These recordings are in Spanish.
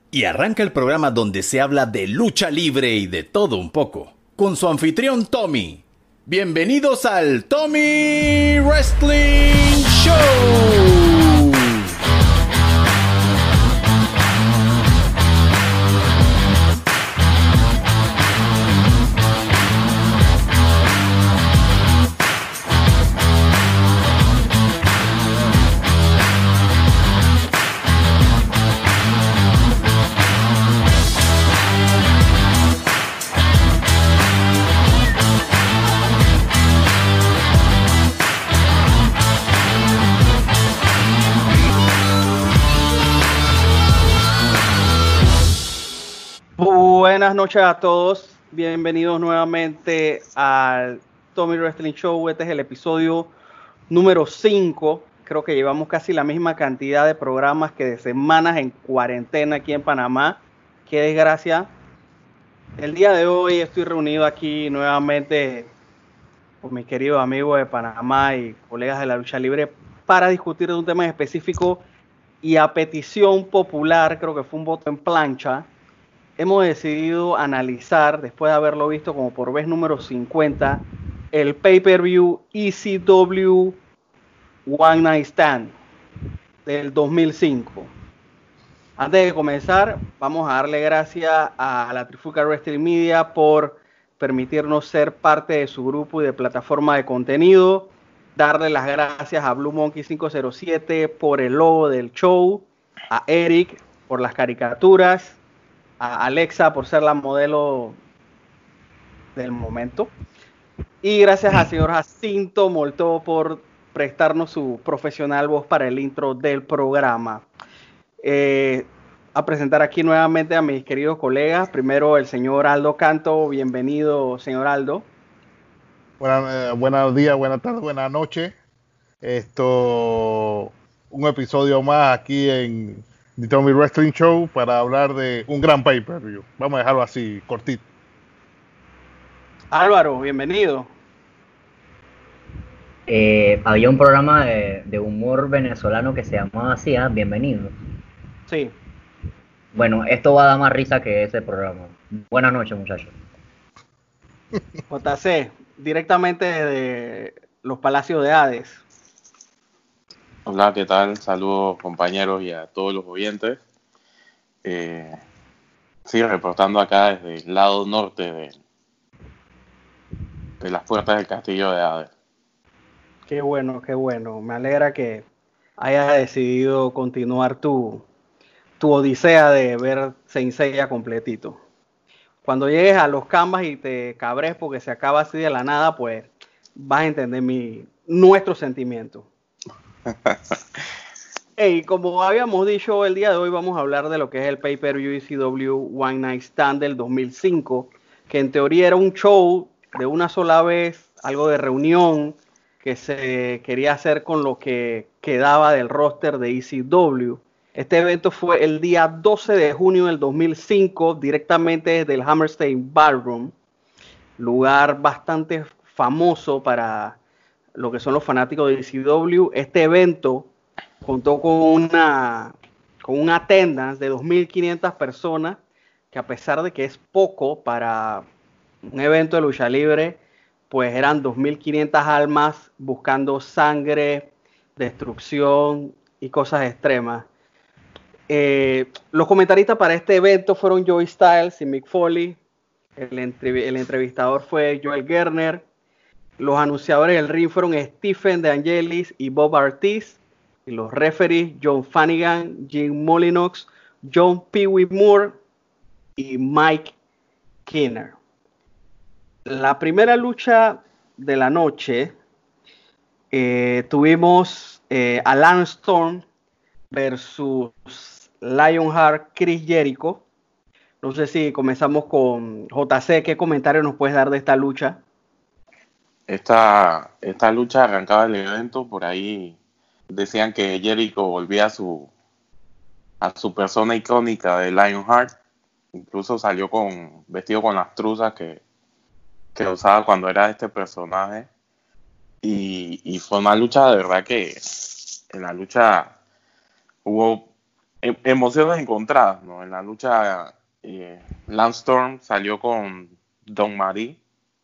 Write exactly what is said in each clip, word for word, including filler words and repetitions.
Y arranca el programa donde se habla de lucha libre y de todo un poco, con su anfitrión Tommy. Bienvenidos al Tommy Wrestling Show. Buenas noches a todos, bienvenidos nuevamente al Tommy Wrestling Show. Este es el episodio número cinco. Creo que llevamos casi la misma cantidad de programas que de semanas en cuarentena aquí en Panamá. Qué desgracia. El día de hoy estoy reunido aquí nuevamente con mis queridos amigos de Panamá y colegas de la lucha libre para discutir de un tema específico y a petición popular, creo que fue un voto en plancha. Hemos decidido analizar, después de haberlo visto como por vez número cincuenta, el pay-per-view E C W One Night Stand del dos mil cinco. Antes de comenzar, vamos a darle gracias a la Trifulca Wrestling Media por permitirnos ser parte de su grupo y de plataforma de contenido. Darle las gracias a Blue Monkey cinco cero siete por el logo del show, a Eric por las caricaturas, a Alexa por ser la modelo del momento, y gracias al señor Jacinto Molto por prestarnos su profesional voz para el intro del programa. Eh, a presentar aquí nuevamente a mis queridos colegas. Primero el señor Aldo Canto. Bienvenido, señor Aldo. Buena, eh, buenos días, buenas tardes, buenas noches. Esto, un episodio más aquí en The Tommy Wrestling Show para hablar de un gran pay-per-view. Vamos a dejarlo así, cortito. Álvaro, bienvenido. Eh, había un programa de, de humor venezolano que se llamaba así, ¿eh? Bienvenido. Sí. Bueno, esto va a dar más risa que ese programa. Buenas noches, muchachos. J C, directamente de los Palacios de Hades. Hola, ¿qué tal? Saludos compañeros y a todos los oyentes. Eh, sí, reportando acá desde el lado norte de, de las puertas del castillo de Hades. Qué bueno, qué bueno. Me alegra que hayas decidido continuar tu, tu odisea de ver Saint Seiya completito. Cuando llegues a los Canvas y te cabres porque se acaba así de la nada, pues vas a entender mi, nuestro sentimiento. Hey, como habíamos dicho, el día de hoy vamos a hablar de lo que es el pay-per-view E C W One Night Stand del dos mil cinco, que en teoría era un show de una sola vez, algo de reunión que se quería hacer con lo que quedaba del roster de E C W. Este evento fue el día doce de junio del dos mil cinco, directamente desde el Hammerstein Ballroom, lugar bastante famoso para lo que son los fanáticos de E C W. Este evento contó con una con un attendance de dos mil quinientas personas, que a pesar de que es poco para un evento de lucha libre, pues eran dos mil quinientas almas buscando sangre, destrucción y cosas extremas. Eh, los comentaristas para este evento fueron Joey Styles y Mick Foley. El, entrev el entrevistador fue Joel Gerner. Los anunciadores del ring fueron Stephen DeAngelis y Bob Ortiz. Y los referees John Flanagan, Jim Molinox, John Pee Wee Moore y Mike Kinner. La primera lucha de la noche eh, tuvimos eh, a Lance Storm versus Lionheart Chris Jericho. No sé si comenzamos con J C. ¿Qué comentario nos puedes dar de esta lucha? Esta, esta lucha arrancaba el evento, por ahí decían que Jericho volvía a su, a su persona icónica de Lionheart. Incluso salió con vestido con las truzas que, que usaba cuando era este personaje. Y, y fue una lucha de verdad que en la lucha hubo em, emociones encontradas, ¿no? En la lucha, eh, Lance Storm salió con Don Marie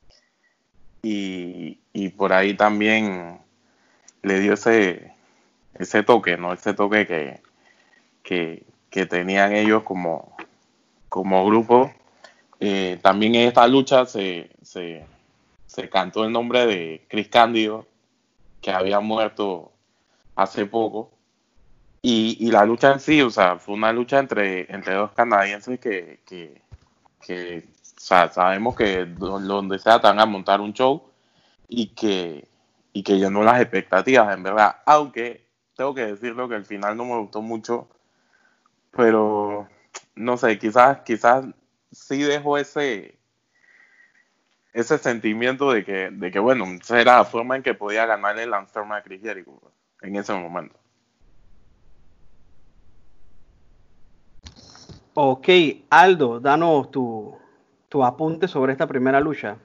y, y por ahí también le dio ese, ese toque, ¿no? Ese toque que, que, que tenían ellos como, como grupo. Eh, también en esta lucha se, se, se cantó el nombre de Chris Candido, que había muerto hace poco. Y, y la lucha en sí, o sea, fue una lucha entre, entre dos canadienses que, que, que o sea, sabemos que do- donde sea te van a montar un show y que, y que llenó las expectativas, en verdad. Aunque tengo que decirlo que el final no me gustó mucho, pero no sé, quizás, quizás sí dejó ese, ese sentimiento de que, de que, bueno, esa era la forma en que podía ganarle el Lance Storm a Chris Jericho, pues, en ese momento. Ok, Aldo, danos tu, tu apunte sobre esta primera lucha.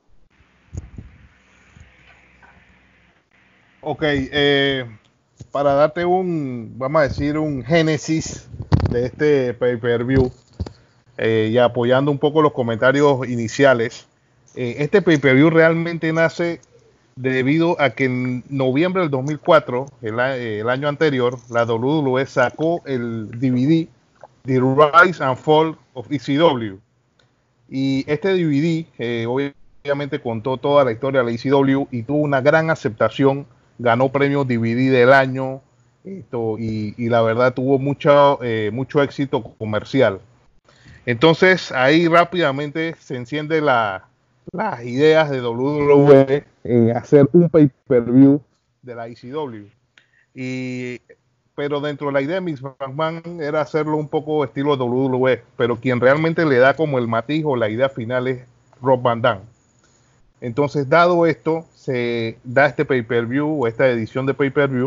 Ok, eh, para darte un, vamos a decir, un génesis de este pay-per-view, eh, y apoyando un poco los comentarios iniciales, eh, este pay-per-view realmente nace debido a que en noviembre del dos mil cuatro, el, a- eh, el año anterior, la W W E sacó el D V D The Rise and Fall of E C W. Y este D V D eh, obviamente contó toda la historia de la E C W y tuvo una gran aceptación, ganó premio D V D del año, esto, y, y la verdad tuvo mucho, eh, mucho éxito comercial. Entonces ahí rápidamente se enciende la, las ideas de W W E en hacer un pay-per-view de la E C W. Y, pero dentro de la idea de Miss McMahon era hacerlo un poco estilo W W E, pero quien realmente le da como el matiz o la idea final es Rob Van Dam. Entonces, dado esto, se da este pay-per-view o esta edición de pay-per-view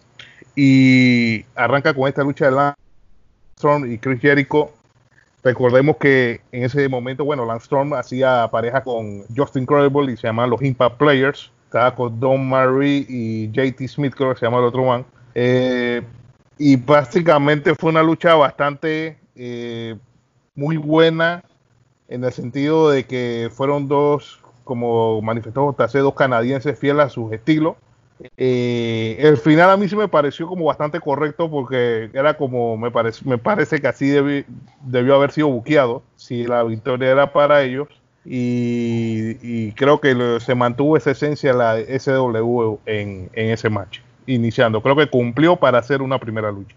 y arranca con esta lucha de Lance Storm y Chris Jericho. Recordemos que en ese momento, bueno, Lance Storm hacía pareja con Justin Credible y se llamaban los Impact Players. Estaba con Don Marie y J T Smith, creo que se llama el otro man. Eh, y básicamente fue una lucha bastante eh, muy buena en el sentido de que fueron dos, como manifestó J C, dos canadienses fieles a sus estilos. Eh, el final a mí sí me pareció como bastante correcto porque era como, me parece, me parece que así debi, debió haber sido buqueado si la victoria era para ellos y, y creo que lo, se mantuvo esa esencia de la S W en, en ese match, iniciando. Creo que cumplió para hacer una primera lucha.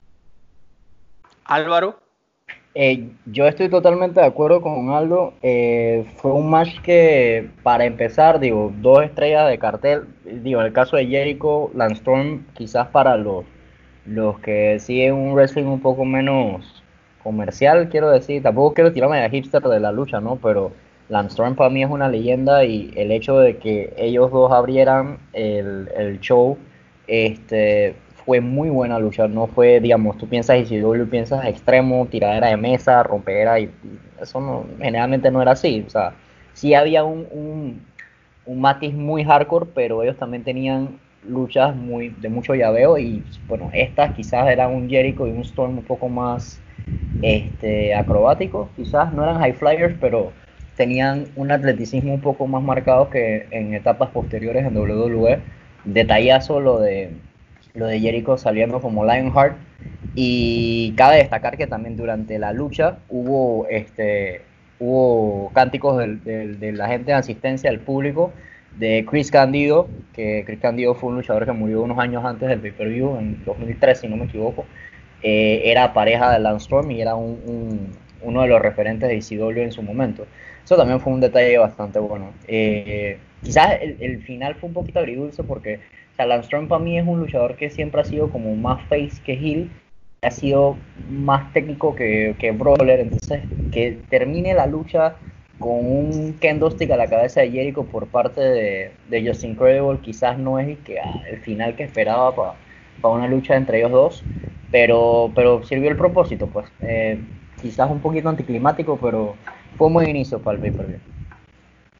Álvaro. Eh, yo estoy totalmente de acuerdo con Aldo. Eh, fue un match que, para empezar, digo, dos estrellas de cartel. Digo, en el caso de Jericho, Lance Storm, quizás para los, los que siguen un wrestling un poco menos comercial, quiero decir. Tampoco quiero tirarme de hipster de la lucha, ¿no? Pero Lance Storm para mí es una leyenda y el hecho de que ellos dos abrieran el, el show, este fue muy buena lucha, no fue, digamos, tú piensas E C W, piensas extremo, tiradera de mesa, rompedera, y, y eso no, generalmente no era así, o sea, sí había un, un, un matiz muy hardcore, pero ellos también tenían luchas muy de mucho llaveo y, bueno, estas quizás eran un Jericho y un Storm un poco más este, acrobáticos, quizás no eran high flyers, pero tenían un atleticismo un poco más marcado que en etapas posteriores en W W E. Detallazo lo de lo de Jericho saliendo como Lionheart, y cabe destacar que también durante la lucha hubo este hubo cánticos del, del, de la gente de asistencia del público de Chris Candido, que Chris Candido fue un luchador que murió unos años antes del pay-per-view, en dos mil tres si no me equivoco. Eh, era pareja de Lance Storm y era un, un, uno de los referentes de E C W en su momento. Eso también fue un detalle bastante bueno. Eh, quizás el, el final fue un poquito agridulce porque, o sea, Lance Storm para mí es un luchador que siempre ha sido como más face que heel, ha sido más técnico que, que brawler, entonces que termine la lucha con un kendo stick a la cabeza de Jericho por parte de, de Justin Credible quizás no es el, que, ah, el final que esperaba para pa una lucha entre ellos dos, pero, pero sirvió el propósito, pues. Eh, quizás un poquito anticlimático, pero fue un buen inicio para el pay-per-view.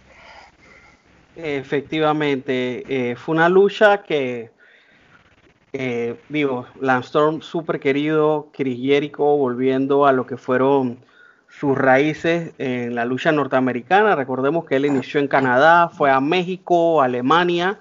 Efectivamente, eh, fue una lucha que Eh, digo, Lance Storm súper querido, Chris Jericho volviendo a lo que fueron sus raíces en la lucha norteamericana. Recordemos que él inició en Canadá, fue a México, Alemania,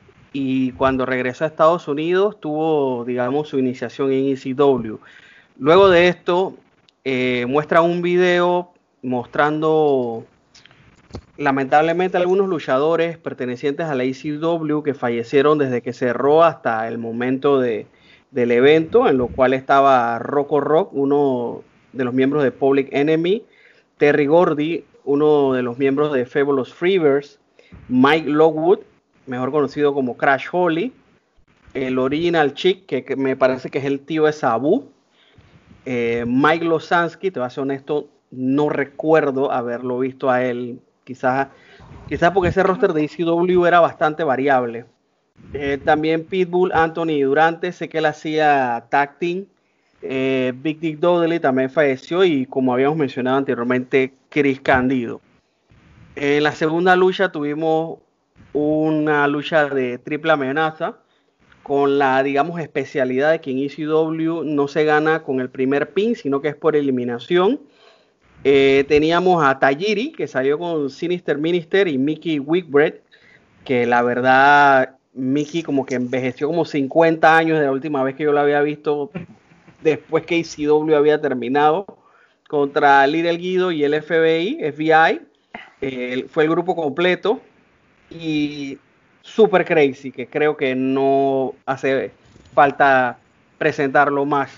y cuando regresó a Estados Unidos tuvo, digamos, su iniciación en E C W. Luego de esto, eh, muestra un video mostrando lamentablemente algunos luchadores pertenecientes a la E C W que fallecieron desde que cerró hasta el momento de, del evento, en lo cual estaba Rocco Rock, uno de los miembros de Public Enemy, Terry Gordy, uno de los miembros de Fabulous Freebirds, Mike Lockwood, mejor conocido como Crash Holly, el Original Chick, que, que me parece que es el tío de Sabu, eh, Mike Losansky, te voy a ser honesto, no recuerdo haberlo visto a él. Quizás, quizás porque ese roster de E C W era bastante variable. Eh, también Pitbull, Anthony Durante, sé que él hacía tag team. Eh, Big Dick Dudley también falleció y, como habíamos mencionado anteriormente, Chris Candido. En la segunda lucha tuvimos una lucha de triple amenaza con la, digamos, especialidad de que en E C W no se gana con el primer pin, sino que es por eliminación. Eh, teníamos a Tajiri, que salió con Sinister Minister, y Mickey Whitbread, que la verdad Mickey como que envejeció como cincuenta años de la última vez que yo lo había visto, después que E C W había terminado, contra Little Guido y el F B I, F B I. Eh, fue el grupo completo y Super Crazy, que creo que no hace falta presentarlo más.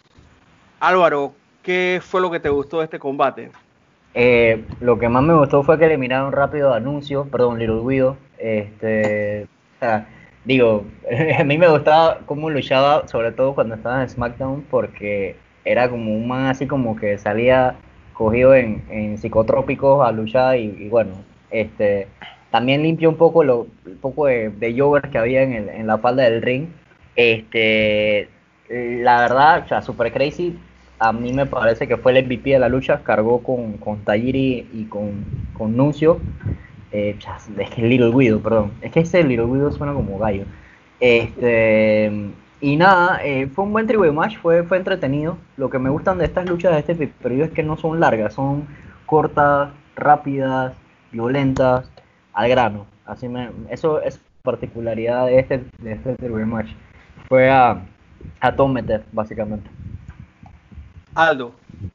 Álvaro, ¿qué fue lo que te gustó de este combate? Eh, lo que más me gustó fue que eliminaron rápido a Anuncio, perdón, Little Guido. Este, o sea, digo, a mí me gustaba cómo luchaba, sobre todo cuando estaba en SmackDown, porque era como un man así como que salía cogido en, en psicotrópicos a luchar y, y bueno, este, también limpió un poco lo, un poco de, de joggers que había en, el, en la falda del ring. Este, la verdad, o sea, Super Crazy. A mí me parece que fue el M V P de la lucha, cargó con, con Tajiri y con, con Nuncio. Eh, es que Little Guido, perdón. Es que ese Little Guido suena como gallo. Este, y nada, eh, fue un buen triple match, fue, fue entretenido. Lo que me gustan de estas luchas de este pay-per-view es que no son largas, son cortas, rápidas, violentas, al grano. Así me, eso es particularidad de este, de este triple match. Fue a, a todo meter, básicamente. Aldo.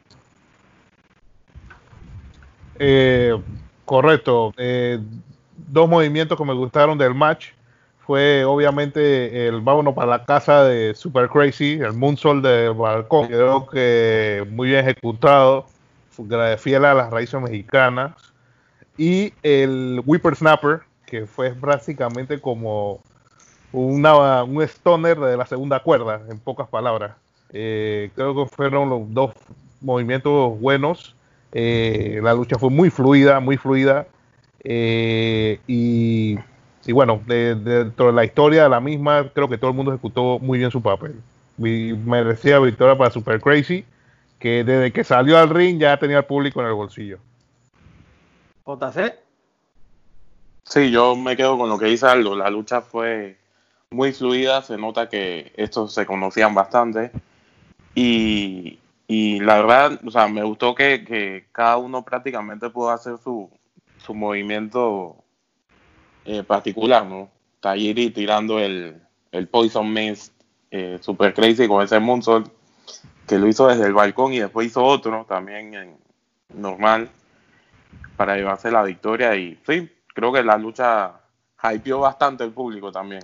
Eh, correcto. Eh, dos movimientos que me gustaron del match fue obviamente el vámonos para la casa de Super Crazy, el moonsault del balcón. Creo que muy bien ejecutado, fiel a las raíces mexicanas. Y el whippersnapper, que fue prácticamente como una, un stoner de la segunda cuerda, en pocas palabras. Eh, creo que fueron los dos movimientos buenos. Eh, la lucha fue muy fluida, muy fluida. Eh, y, y bueno, de, de, dentro de la historia de la misma, creo que todo el mundo ejecutó muy bien su papel. Y merecía victoria para Super Crazy, que desde que salió al ring ya tenía al público en el bolsillo. J C. Sí, yo me quedo con lo que dice Aldo. La lucha fue muy fluida, se nota que estos se conocían bastante. Y, y la verdad, o sea, me gustó que, que cada uno prácticamente pudo hacer su, su movimiento eh, particular, ¿no? Tajiri tirando el, el Poison Mist, eh, Super Crazy con ese moonsault que lo hizo desde el balcón y después hizo otro también en normal para llevarse la victoria. Y sí, creo que la lucha hypeó bastante el público también.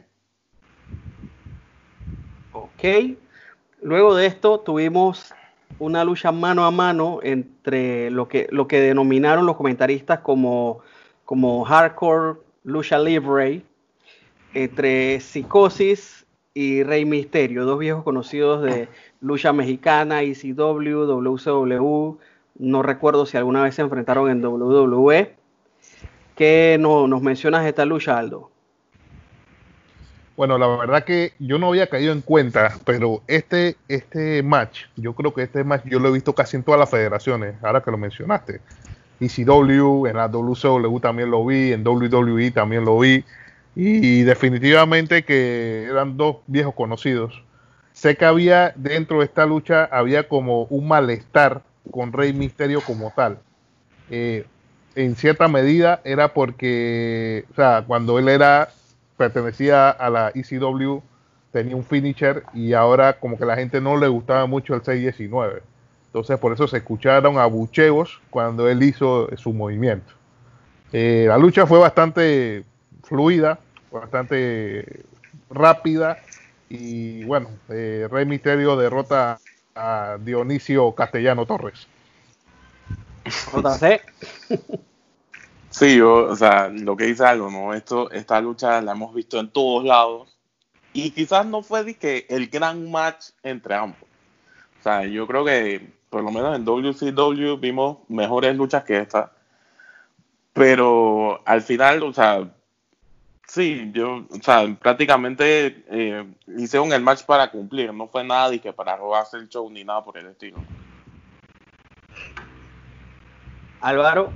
Ok. Luego de esto tuvimos una lucha mano a mano entre lo que, lo que denominaron los comentaristas como, como Hardcore Lucha Libre, entre Psicosis y Rey Misterio, dos viejos conocidos de lucha mexicana, E C W, W C W. No recuerdo si alguna vez se enfrentaron en W W E. ¿Qué no, nos mencionas de esta lucha, Aldo? Bueno, la verdad que yo no había caído en cuenta, pero este, este match, yo creo que este match yo lo he visto casi en todas las federaciones, ahora que lo mencionaste. E C W, en la W C W también lo vi, en W W E también lo vi. y definitivamente que eran dos viejos conocidos. Sé que había dentro de esta lucha, había como un malestar con Rey Mysterio como tal. Eh, en cierta medida era porque, o sea, cuando él era, pertenecía a la E C W, tenía un finisher y ahora como que la gente no le gustaba mucho el seis diecinueve. Entonces por eso se escucharon abucheos cuando él hizo su movimiento. Eh, la lucha fue bastante fluida, bastante rápida y bueno, eh, Rey Mysterio derrota a Dionisio Castellano Torres. J C. Sí, yo, o sea, lo que dice algo, ¿no? Esto, esta lucha la hemos visto en todos lados y quizás no fue de que el gran match entre ambos. O sea, yo creo que por lo menos en W C W vimos mejores luchas que esta, pero al final, o sea, sí, yo, o sea, prácticamente eh, hicieron el match para cumplir, no fue nada de que para robarse el show ni nada por el estilo. Álvaro.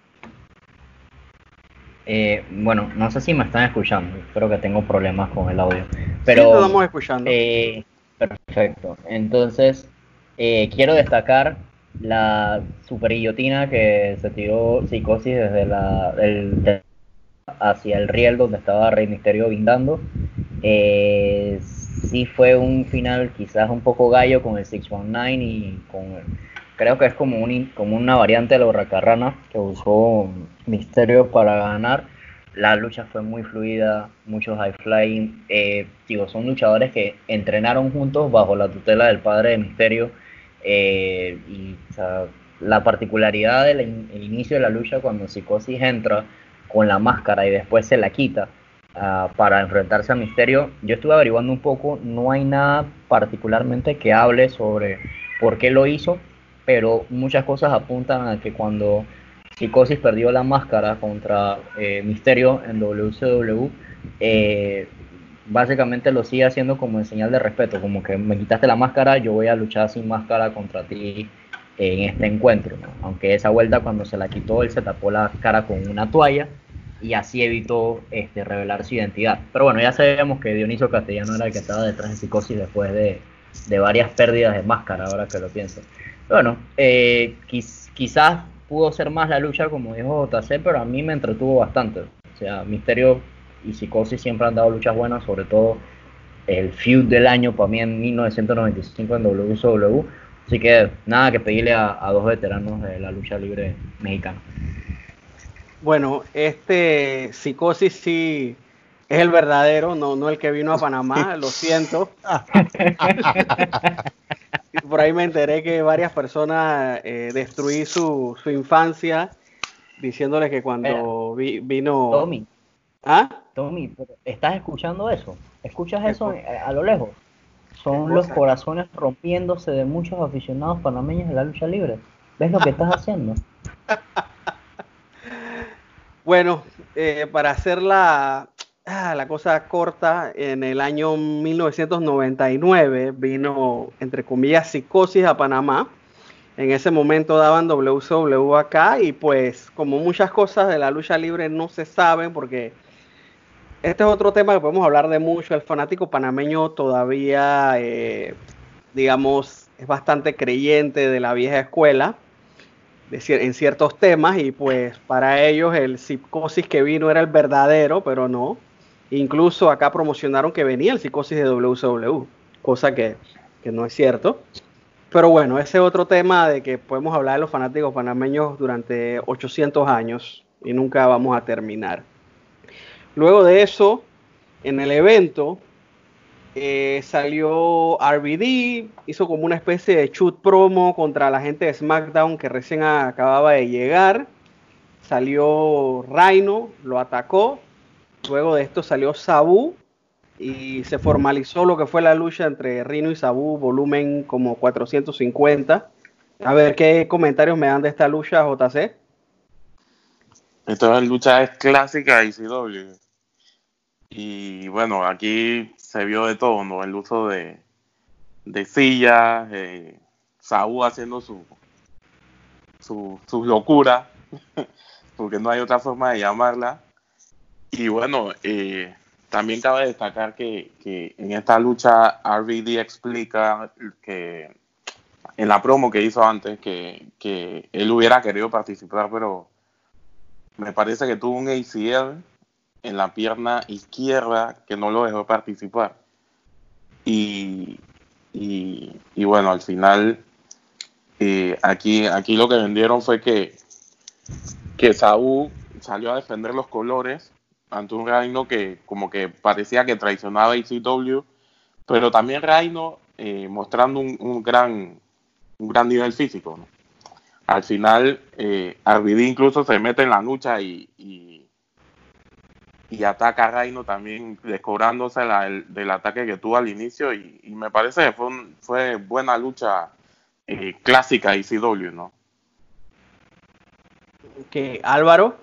Eh, bueno, no sé si me están escuchando, creo que tengo problemas con el audio, pero sí, te estamos escuchando. Eh, perfecto, entonces eh, quiero destacar la super guillotina que se tiró Psicosis desde la, el, hacia el riel donde estaba Rey Mysterio guindando. Eh, sí fue un final quizás un poco gallo con el seis diecinueve y con el, creo que es como, un, como una variante de la hurracarrana que usó Mysterio para ganar. La lucha fue muy fluida, muchos high flying, eh, digo, son luchadores que entrenaron juntos bajo la tutela del padre de Mysterio, eh, y o sea, la particularidad del el inicio de la lucha cuando Psicosis entra con la máscara y después se la quita uh, para enfrentarse a Mysterio. Yo estuve averiguando un poco, no hay nada particularmente que hable sobre por qué lo hizo, pero muchas cosas apuntan a que cuando Psicosis perdió la máscara contra eh, Mysterio en W C W, eh, básicamente lo sigue haciendo como en señal de respeto, como que me quitaste la máscara, yo voy a luchar sin máscara contra ti en este encuentro, ¿no? Aunque esa vuelta cuando se la quitó, él se tapó la cara con una toalla y así evitó este, revelar su identidad. Pero bueno, ya sabemos que Dionisio Castellano era el que estaba detrás de Psicosis después de, de varias pérdidas de máscara, ahora que lo pienso. Pero bueno, eh, quiz, quizás pudo ser más la lucha, como dijo J C, pero a mí me entretuvo bastante. O sea, Mysterio y Psicosis siempre han dado luchas buenas, sobre todo el feud del año para mí en mil novecientos noventa y cinco en W C W. Así que nada que pedirle a, a dos veteranos de la lucha libre mexicana. Bueno, este Psicosis sí es el verdadero, no, no el que vino a Panamá, lo siento. Por ahí me enteré que varias personas eh, destruí su, su infancia diciéndole que cuando vi, vino... Tommy, ¿Ah? Tommy, ¿estás escuchando eso? ¿Escuchas eso a, a lo lejos? Son los corazones rompiéndose de muchos aficionados panameños de la lucha libre. ¿Ves lo que estás haciendo? Bueno, eh, para hacer la, la cosa corta, en el año mil novecientos noventa y nueve vino, entre comillas, Psicosis a Panamá. En ese momento daban W C W acá y pues como muchas cosas de la lucha libre no se saben porque este es otro tema que podemos hablar de mucho. El fanático panameño todavía, eh, digamos, es bastante creyente de la vieja escuela de cier- en ciertos temas y pues para ellos el Psicosis que vino era el verdadero, pero no. Incluso acá promocionaron que venía el Psicosis de W C W, cosa que, que no es cierto. Pero bueno, ese es otro tema de que podemos hablar de los fanáticos panameños durante ochocientos años y nunca vamos a terminar. Luego de eso, en el evento, eh, salió R B D, hizo como una especie de shoot promo contra la gente de SmackDown que recién acababa de llegar. Salió Rhino, lo atacó. Luego de esto salió Sabu y se formalizó lo que fue la lucha entre Rhino y Sabu, volumen como cuatrocientos cincuenta. A ver qué comentarios me dan de esta lucha, J C. Esta lucha es clásica de I C W. Y bueno, aquí se vio de todo, ¿no? El uso de, de sillas, eh, Sabu haciendo su, su, su locura, porque no hay otra forma de llamarla. Y bueno, eh, también cabe destacar que, que en esta lucha R V D explica que en la promo que hizo antes que, que él hubiera querido participar, pero me parece que tuvo un A C L en la pierna izquierda que no lo dejó participar. Y, y, y bueno, al final eh, aquí, aquí lo que vendieron fue que, que Sabu salió a defender los colores ante un Rhino que como que parecía que traicionaba a E C W, pero también Rhino eh, mostrando un, un gran un gran nivel físico, ¿no? Al final eh, R V D incluso se mete en la lucha y, y, y ataca a Rhino también descobrándose la, el, del ataque que tuvo al inicio y, y me parece que fue, un, fue buena lucha eh, clásica E C W, ¿no? Que Álvaro.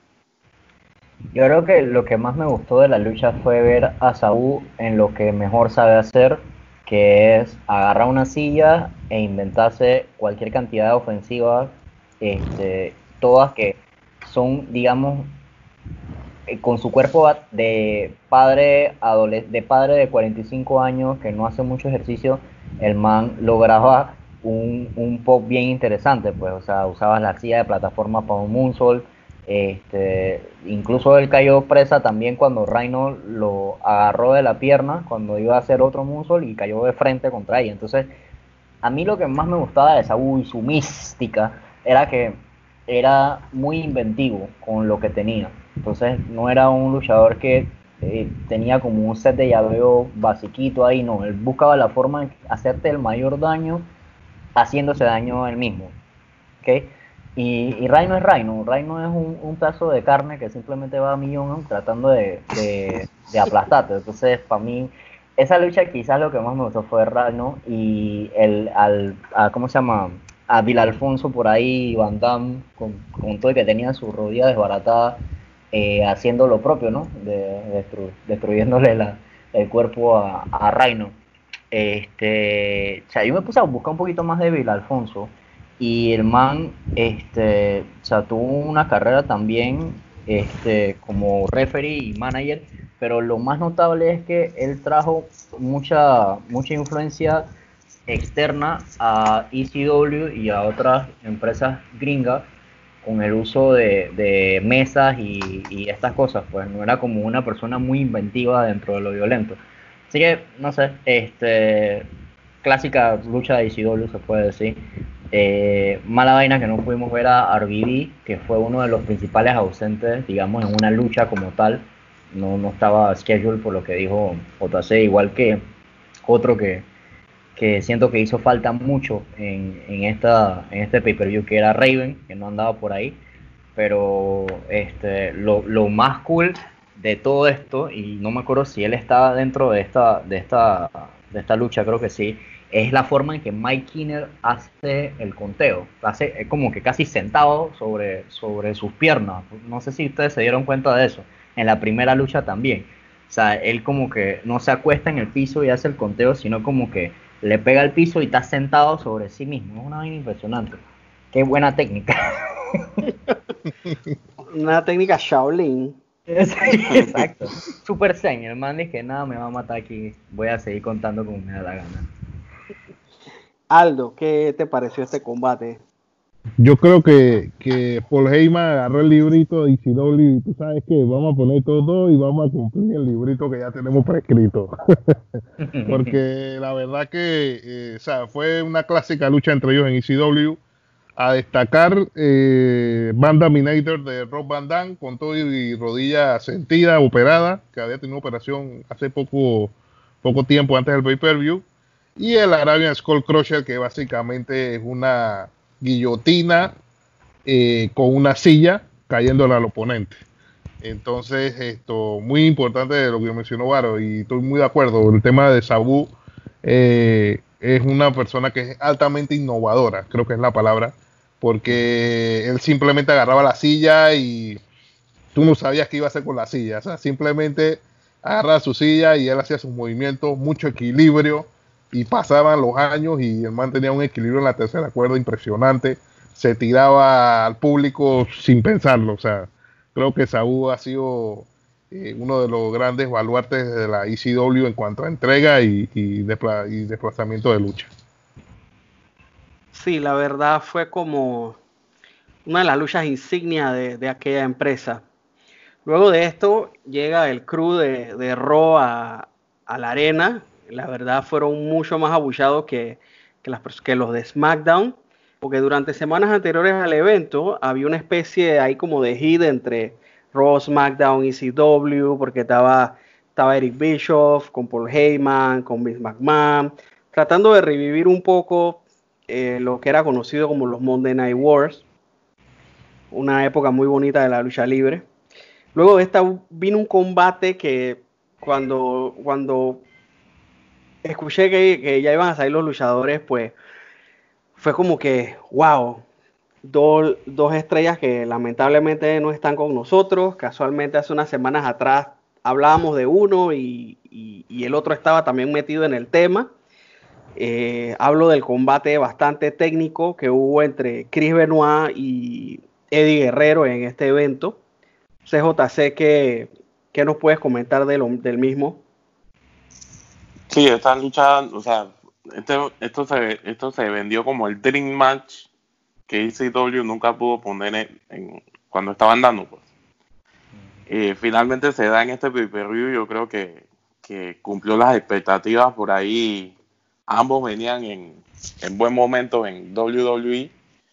Yo creo que lo que más me gustó de la lucha fue ver a Sabu en lo que mejor sabe hacer, que es agarrar una silla e inventarse cualquier cantidad de ofensivas, este, todas que son, digamos, eh, con su cuerpo de padre, adole- de padre de cuarenta y cinco años que no hace mucho ejercicio, el man lograba un, un pop bien interesante, pues, o sea, usaba la silla de plataforma para un moonsault. Este, incluso él cayó presa también cuando Rhino lo agarró de la pierna cuando iba a hacer otro moonsault y cayó de frente contra ella. Entonces, a mí lo que más me gustaba de Sabu y su mística era que era muy inventivo con lo que tenía. Entonces, no era un luchador que eh, tenía como un set de llaveo basiquito ahí, no. Él buscaba la forma de hacerte el mayor daño haciéndose daño él mismo. ¿Ok? Y, y Rhino es Rhino, Rhino es un, un pedazo de carne que simplemente va a millón tratando de, de, de aplastarte. Entonces, para mí, esa lucha quizás lo que más me gustó fue Rhino y el, al, a, ¿cómo se llama? A Bill Alfonso por ahí, Van Damme, con, con todo el que tenía su rodilla desbaratada, eh, haciendo lo propio, ¿no? De, de destru, destruyéndole la, el cuerpo a, a Rhino. Este, o sea, yo me puse a buscar un poquito más de Bill Alfonso. Y el man, este, o sea, tuvo una carrera también, este, como referee y manager, pero lo más notable es que él trajo mucha, mucha influencia externa a E C W y a otras empresas gringas con el uso de, de mesas y, y estas cosas, pues no era como una persona muy inventiva dentro de lo violento. Así que, no sé, este, clásica lucha de E C W se puede decir. Eh, mala vaina que no pudimos ver a R V D, que fue uno de los principales ausentes, digamos, en una lucha como tal. No, no estaba scheduled por lo que dijo J C, igual que otro que, que siento que hizo falta mucho en, en, esta, en este pay-per-view, que era Raven, que no andaba por ahí. Pero este, lo, lo más cool de todo esto, y no me acuerdo si él estaba dentro de esta, de esta, de esta lucha, creo que sí, es la forma en que Mike Kinner hace el conteo. Hace como que casi sentado sobre, sobre sus piernas. No sé si ustedes se dieron cuenta de eso. En la primera lucha también. O sea, él como que no se acuesta en el piso y hace el conteo, sino como que le pega al piso y está sentado sobre sí mismo. Es una vaina impresionante. Qué buena técnica. Una técnica Shaolin. Exacto. Super Zen. El man dice que nada me va a matar aquí. Voy a seguir contando como me da la gana. Aldo, ¿qué te pareció este combate? Yo creo que, que Paul Heyman agarró el librito de E C W y tú sabes que vamos a poner todo y vamos a cumplir el librito que ya tenemos prescrito. Porque la verdad que eh, o sea, fue una clásica lucha entre ellos en E C W. A destacar eh, Van Dominator de Rob Van Dam con todo y rodilla sentida, operada, que había tenido operación hace poco, poco tiempo antes del pay-per-view. Y el Arabian Skull Crusher, que básicamente es una guillotina eh, con una silla cayéndole al oponente. Entonces, esto muy importante de lo que mencionó Varo, y estoy muy de acuerdo. El tema de Sabu eh, es una persona que es altamente innovadora, creo que es la palabra, porque él simplemente agarraba la silla y tú no sabías qué iba a hacer con la silla. O sea, simplemente agarraba su silla y él hacía sus movimientos, mucho equilibrio. Y pasaban los años y el man tenía un equilibrio en la tercera cuerda impresionante. Se tiraba al público sin pensarlo. O sea, creo que Sabu ha sido eh, uno de los grandes baluartes de la E C W en cuanto a entrega y, y, despla y desplazamiento de lucha. Sí, la verdad fue como una de las luchas insignia de, de aquella empresa. Luego de esto llega el crew de, de Raw a, a la arena. La verdad fueron mucho más abucheados que, que, las, que los de SmackDown, porque durante semanas anteriores al evento había una especie ahí como de hit entre Raw, SmackDown y E C W, porque estaba, estaba Eric Bischoff con Paul Heyman, con Vince McMahon, tratando de revivir un poco eh, lo que era conocido como los Monday Night Wars, una época muy bonita de la lucha libre. Luego de esta vino un combate que cuando, cuando escuché que, que ya iban a salir los luchadores, pues fue como que, wow, dos, dos estrellas que lamentablemente no están con nosotros. Casualmente hace unas semanas atrás hablábamos de uno y, y, y el otro estaba también metido en el tema. Eh, hablo del combate bastante técnico que hubo entre Chris Benoit y Eddie Guerrero en este evento. C J C, ¿qué, qué nos puedes comentar de lo, del mismo? Sí, esta lucha, o sea, este, esto, se, esto se vendió como el Dream Match que E C W nunca pudo poner en, en, cuando estaban dando, pues. Eh, finalmente se da en este pay-per-view. Yo creo que, que cumplió las expectativas. Por ahí ambos venían en, en buen momento en W W E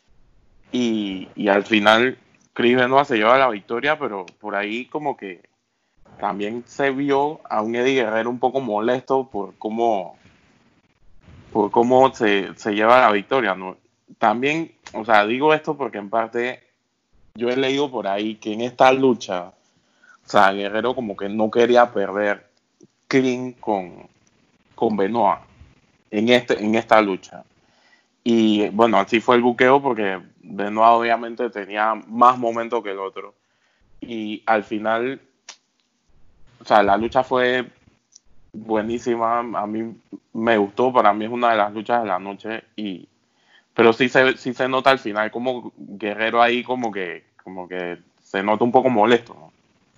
y, y al final Chris Benoit se lleva la victoria, pero por ahí como que también se vio a un Eddie Guerrero un poco molesto por cómo, por cómo se, se lleva la victoria, ¿no? También, o sea, digo esto porque en parte yo he leído por ahí que en esta lucha, o sea, Guerrero como que no quería perder clean con, con Benoit en, este, en esta lucha. Y bueno, así fue el buqueo porque Benoit obviamente tenía más momento que el otro. Y al final, o sea, la lucha fue buenísima. A mí me gustó, para mí es una de las luchas de la noche. Y pero sí se, sí se nota al final como Guerrero ahí como que, como que se nota un poco molesto, ¿no?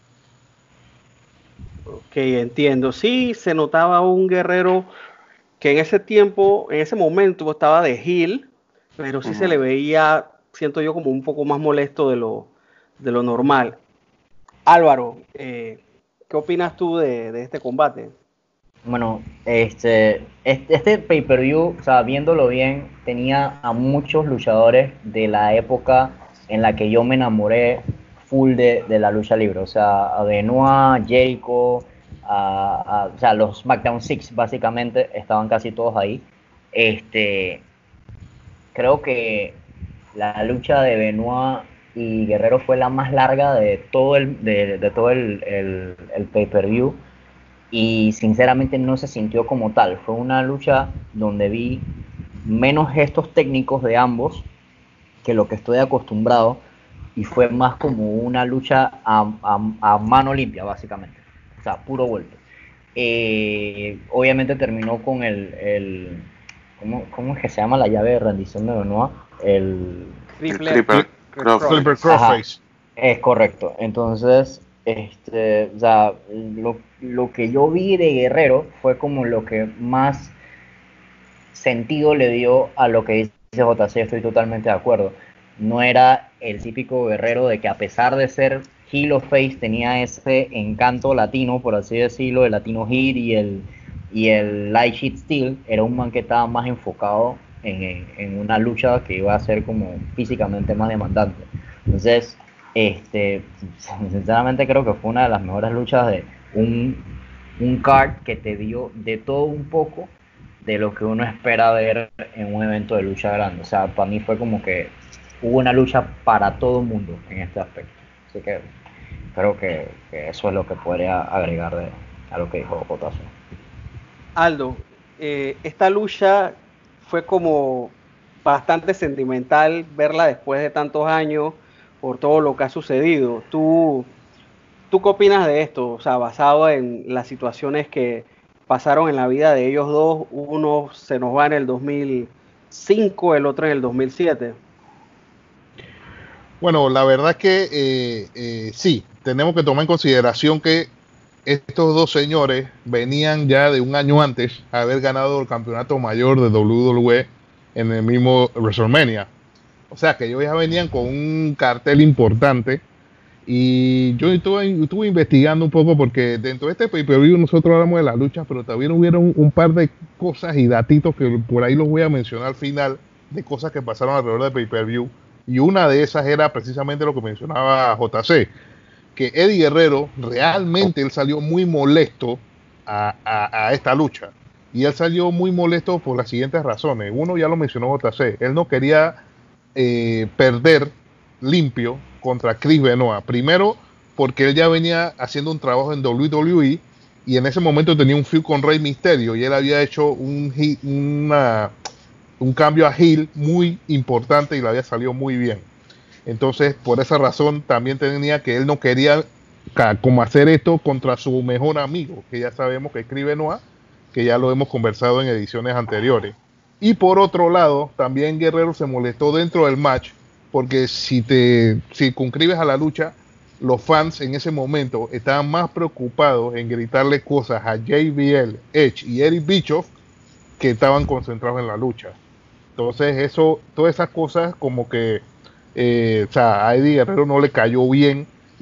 Ok, entiendo. Sí, se notaba un Guerrero que en ese tiempo, en ese momento estaba de heel, pero sí uh-huh. se le veía, siento yo, como un poco más molesto de lo, de lo normal. Álvaro, eh, ¿qué opinas tú de, de este combate? Bueno, este, este, este pay-per-view, o sea, viéndolo bien, tenía a muchos luchadores de la época en la que yo me enamoré full de, de la lucha libre. O sea, a Benoit, Jericho, a, a, o sea, los SmackDown Six básicamente estaban casi todos ahí. Este, creo que la lucha de Benoit y Guerrero fue la más larga de todo el, de, de todo el, el, el pay-per-view. Y sinceramente no se sintió como tal. Fue una lucha donde vi menos gestos técnicos de ambos que lo que estoy acostumbrado, y fue más como una lucha a, a, a mano limpia básicamente, o sea, puro golpe. Eh, obviamente terminó con el, el ¿cómo, ¿cómo es que se llama la llave de rendición de Benoit? El Triple Crossface. Es correcto. Entonces Este, o sea, lo, lo que yo vi de Guerrero fue como lo que más sentido le dio a lo que dice J C. Estoy totalmente de acuerdo. No era el típico Guerrero de que, a pesar de ser heel of face, tenía ese encanto latino, por así decirlo, el latino hit y el, y el light sheet steel. Era un man que estaba más enfocado en, en, en una lucha que iba a ser como físicamente más demandante. Entonces, Este, sinceramente creo que fue una de las mejores luchas de un, un card que te dio de todo un poco de lo que uno espera ver en un evento de lucha grande. O sea, para mí fue como que hubo una lucha para todo el mundo en este aspecto. Así que creo que, que eso es lo que podría agregar de, a lo que dijo Potazo. Aldo, eh, esta lucha fue como bastante sentimental verla después de tantos años, por todo lo que ha sucedido. ¿Tú, ¿Tú qué opinas de esto? O sea, basado en las situaciones que pasaron en la vida de ellos dos. Uno se nos va en el dos mil cinco, el otro en el dos mil siete. Bueno, la verdad que eh, eh, sí, tenemos que tomar en consideración que estos dos señores venían ya de un año antes a haber ganado el campeonato mayor de doble u doble u E en el mismo WrestleMania. O sea que ellos ya venían con un cartel importante. Y yo estuve, estuve investigando un poco porque dentro de este pay-per-view nosotros hablamos de las luchas, pero también hubieron un, un par de cosas y datitos que por ahí los voy a mencionar al final, de cosas que pasaron alrededor del pay-per-view. Y una de esas era precisamente lo que mencionaba J C, que Eddie Guerrero realmente él salió muy molesto a, a, a esta lucha. Y él salió muy molesto por las siguientes razones. Uno ya lo mencionó J C, él no quería eh, perder limpio contra Chris Benoit. Primero, porque él ya venía haciendo un trabajo en doble u doble u E y en ese momento tenía un feud con Rey Mysterio y él había hecho un, una, un cambio a heel muy importante y le había salido muy bien. Entonces, por esa razón, también tenía que él no quería como hacer esto contra su mejor amigo, que ya sabemos que es Chris Benoit, que ya lo hemos conversado en ediciones anteriores. Y por otro lado, también Guerrero se molestó dentro del match porque si te circunscribes a la lucha, los fans en ese momento estaban más preocupados en gritarle cosas a J B L, Edge y Eric Bischoff que estaban concentrados en la lucha. Entonces eso, todas esas cosas como que eh, o sea, a Eddie Guerrero no le cayó bien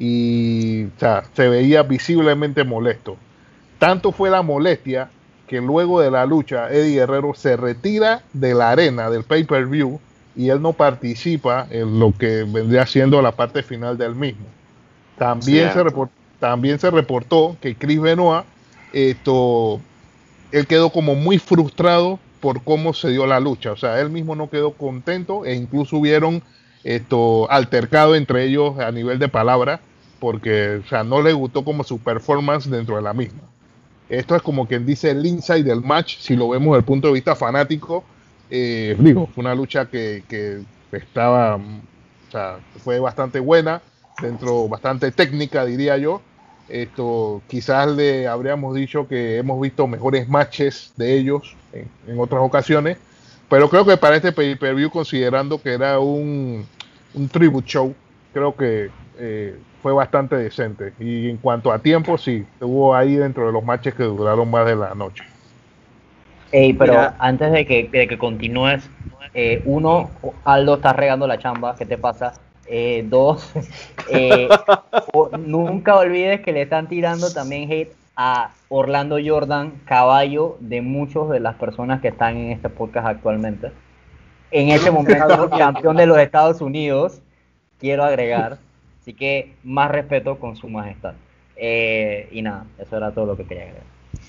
y o sea, se veía visiblemente molesto. Tanto fue la molestia que luego de la lucha Eddie Guerrero se retira de la arena del pay-per-view y él no participa en lo que vendría siendo la parte final del mismo. También, se, report, también se reportó que Chris Benoit, esto, él quedó como muy frustrado por cómo se dio la lucha. O sea, él mismo no quedó contento e incluso hubieron esto, altercado entre ellos a nivel de palabra porque o sea, no le gustó como su performance dentro de la misma. Esto es como quien dice el inside del match, si lo vemos desde el punto de vista fanático. Eh, digo, fue una lucha que, que estaba, o sea, fue bastante buena, dentro bastante técnica, diría yo. Esto quizás le habríamos dicho que hemos visto mejores matches de ellos en, en otras ocasiones, pero creo que para este pay-per-view, considerando que era un, un tribute show, creo que eh, fue bastante decente. Y en cuanto a tiempo, sí, estuvo ahí dentro de los matches que duraron más de la noche. Ey, pero Mira, antes de que, de que continúes, eh, uno, Aldo, estás regando la chamba, ¿qué te pasa? Eh, dos, eh, o, nunca olvides que le están tirando también hate a Orlando Jordan, caballo de muchas de las personas que están en este podcast actualmente. En ese momento, campeón de los Estados Unidos, quiero agregar. Así que más respeto con su majestad. Eh, y nada, eso era todo lo que quería agregar.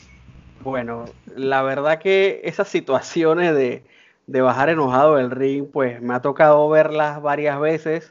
Bueno, la verdad que esas situaciones de, de bajar enojado del ring, pues me ha tocado verlas varias veces.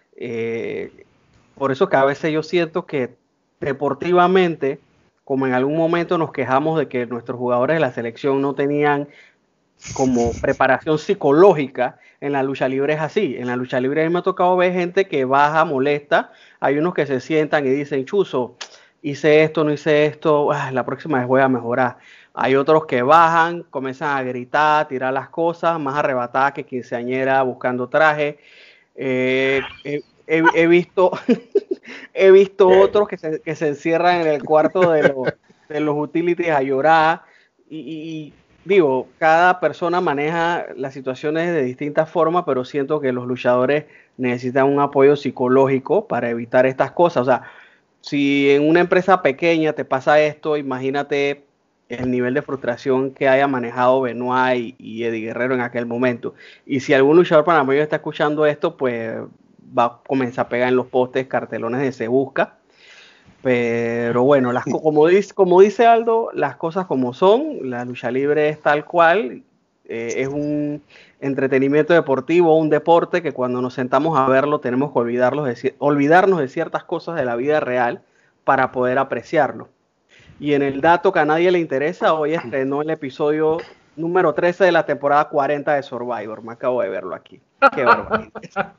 Eh, por eso que a veces yo siento que deportivamente, como en algún momento nos quejamos de que nuestros jugadores de la selección no tenían como preparación psicológica, en la lucha libre es así. En la lucha libre a mí me ha tocado ver gente que baja, molesta. Hay unos que se sientan y dicen, chuzo, hice esto, no hice esto, ah, la próxima vez voy a mejorar. Hay otros que bajan, comienzan a gritar, tirar las cosas, más arrebatadas que quinceañera buscando traje. Eh, he, he, he visto he visto otros que se, que se encierran en el cuarto de los, de los utilities a llorar. Y, y digo, cada persona maneja las situaciones de distintas formas, pero siento que los luchadores necesitan un apoyo psicológico para evitar estas cosas. O sea, si en una empresa pequeña te pasa esto, imagínate el nivel de frustración que haya manejado Benoit y, y Eddie Guerrero en aquel momento. Y si algún luchador panameño está escuchando esto, pues va a comenzar a pegar en los postes cartelones de Se Busca. Pero bueno, las, como, dice, como dice Aldo, las cosas como son, la lucha libre es tal cual, eh, es un entretenimiento deportivo, un deporte que cuando nos sentamos a verlo tenemos que olvidarnos de, olvidarnos de ciertas cosas de la vida real para poder apreciarlo. Y en el dato que a nadie le interesa, hoy estrenó el episodio número trece de la temporada cuarenta de Survivor. Me acabo de verlo aquí. Qué barbaridad.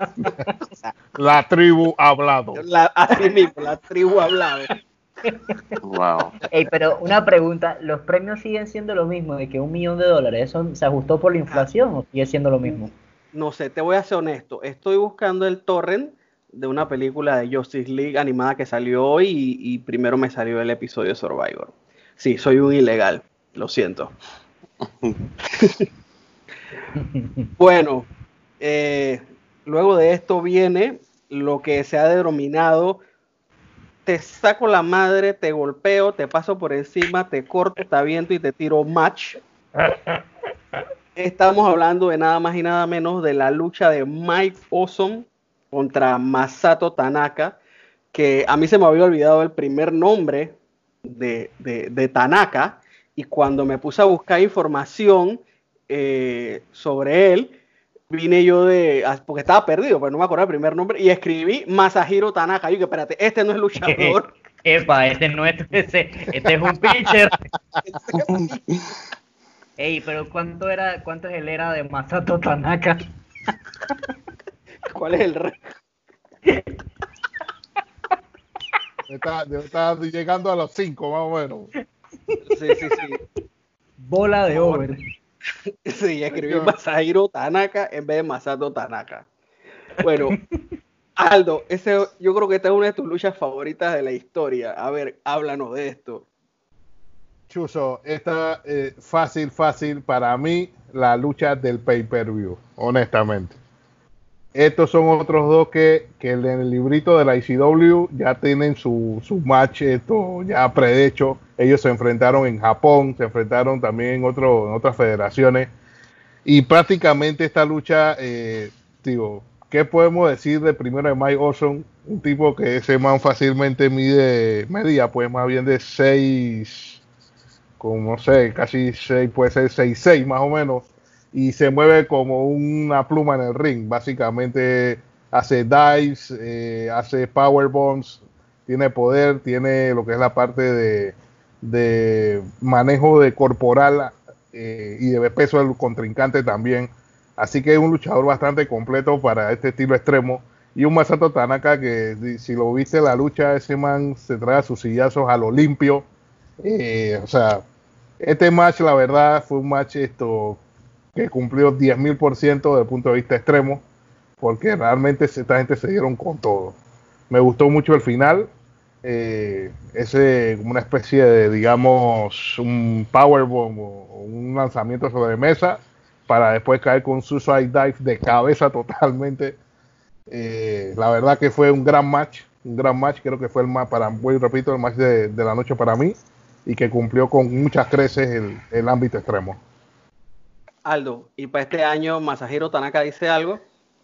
La tribu ha hablado. La, así mismo, la tribu ha hablado. Wow. Ey, pero una pregunta, ¿los premios siguen siendo lo mismo? De que un millón de dólares, ¿eso se ajustó por la inflación o sigue siendo lo mismo? No sé, te voy a ser honesto. Estoy buscando el torrent de una película de Justice League animada que salió hoy y, y primero me salió el episodio de Survivor. Sí, soy un ilegal, lo siento. Bueno, eh, luego de esto viene lo que se ha denominado te saco la madre, te golpeo, te paso por encima, te corto, te aviento y te tiro match. Estamos hablando de nada más y nada menos de la lucha de Mike Awesome contra Masato Tanaka, que a mí se me había olvidado el primer nombre de, de, de Tanaka, y cuando me puse a buscar información eh, sobre él, vine yo de, porque estaba perdido, pero no me acuerdo el primer nombre, y escribí Masahiro Tanaka. Y yo que espérate, este no es luchador. Epa, este no es, este, este es un pitcher. Ey, pero ¿cuánto era, cuánto es el era de Masato Tanaka? ¿Cuál es el rey? Está, está llegando a los cinco, más o menos. Sí, sí, sí. Bola de over. Sí, escribí Masahiro Tanaka en vez de Masato Tanaka. Bueno, Aldo, ese, yo creo que esta es una de tus luchas favoritas de la historia. A ver, háblanos de esto. Chuso, esta es eh, fácil, fácil para mí, la lucha del pay-per-view, honestamente. Estos son otros dos que, que en el librito de la I C W ya tienen su, su match esto ya prehecho. Ellos se enfrentaron en Japón, se enfrentaron también en, otro, en otras federaciones. Y prácticamente esta lucha, eh, digo, ¿qué podemos decir de primero de Mike Awesome? Un tipo que ese man fácilmente mide, medía pues más bien de seis, como no sé, casi seis, puede ser seis seis más o menos. Y se mueve como una pluma en el ring. Básicamente hace dives, eh, hace powerbombs, tiene poder, tiene lo que es la parte de, de manejo de corporal eh, y de peso del contrincante también. Así que es un luchador bastante completo para este estilo extremo. Y un Masato Tanaka que si lo viste en la lucha, ese man se trae sus sillazos a lo limpio. Eh, o sea, este match la verdad fue un match esto que cumplió diez mil por ciento desde el punto de vista extremo, porque realmente esta gente se dieron con todo. Me gustó mucho el final, eh, ese como una especie de, digamos, un powerbomb o un lanzamiento sobre mesa, para después caer con un suicide dive de cabeza totalmente. Eh, la verdad que fue un gran match, un gran match, creo que fue el más, para, voy repito, el match de, de la noche para mí, y que cumplió con muchas creces el, el ámbito extremo. Aldo, ¿y para este año Masahiro Tanaka dice algo?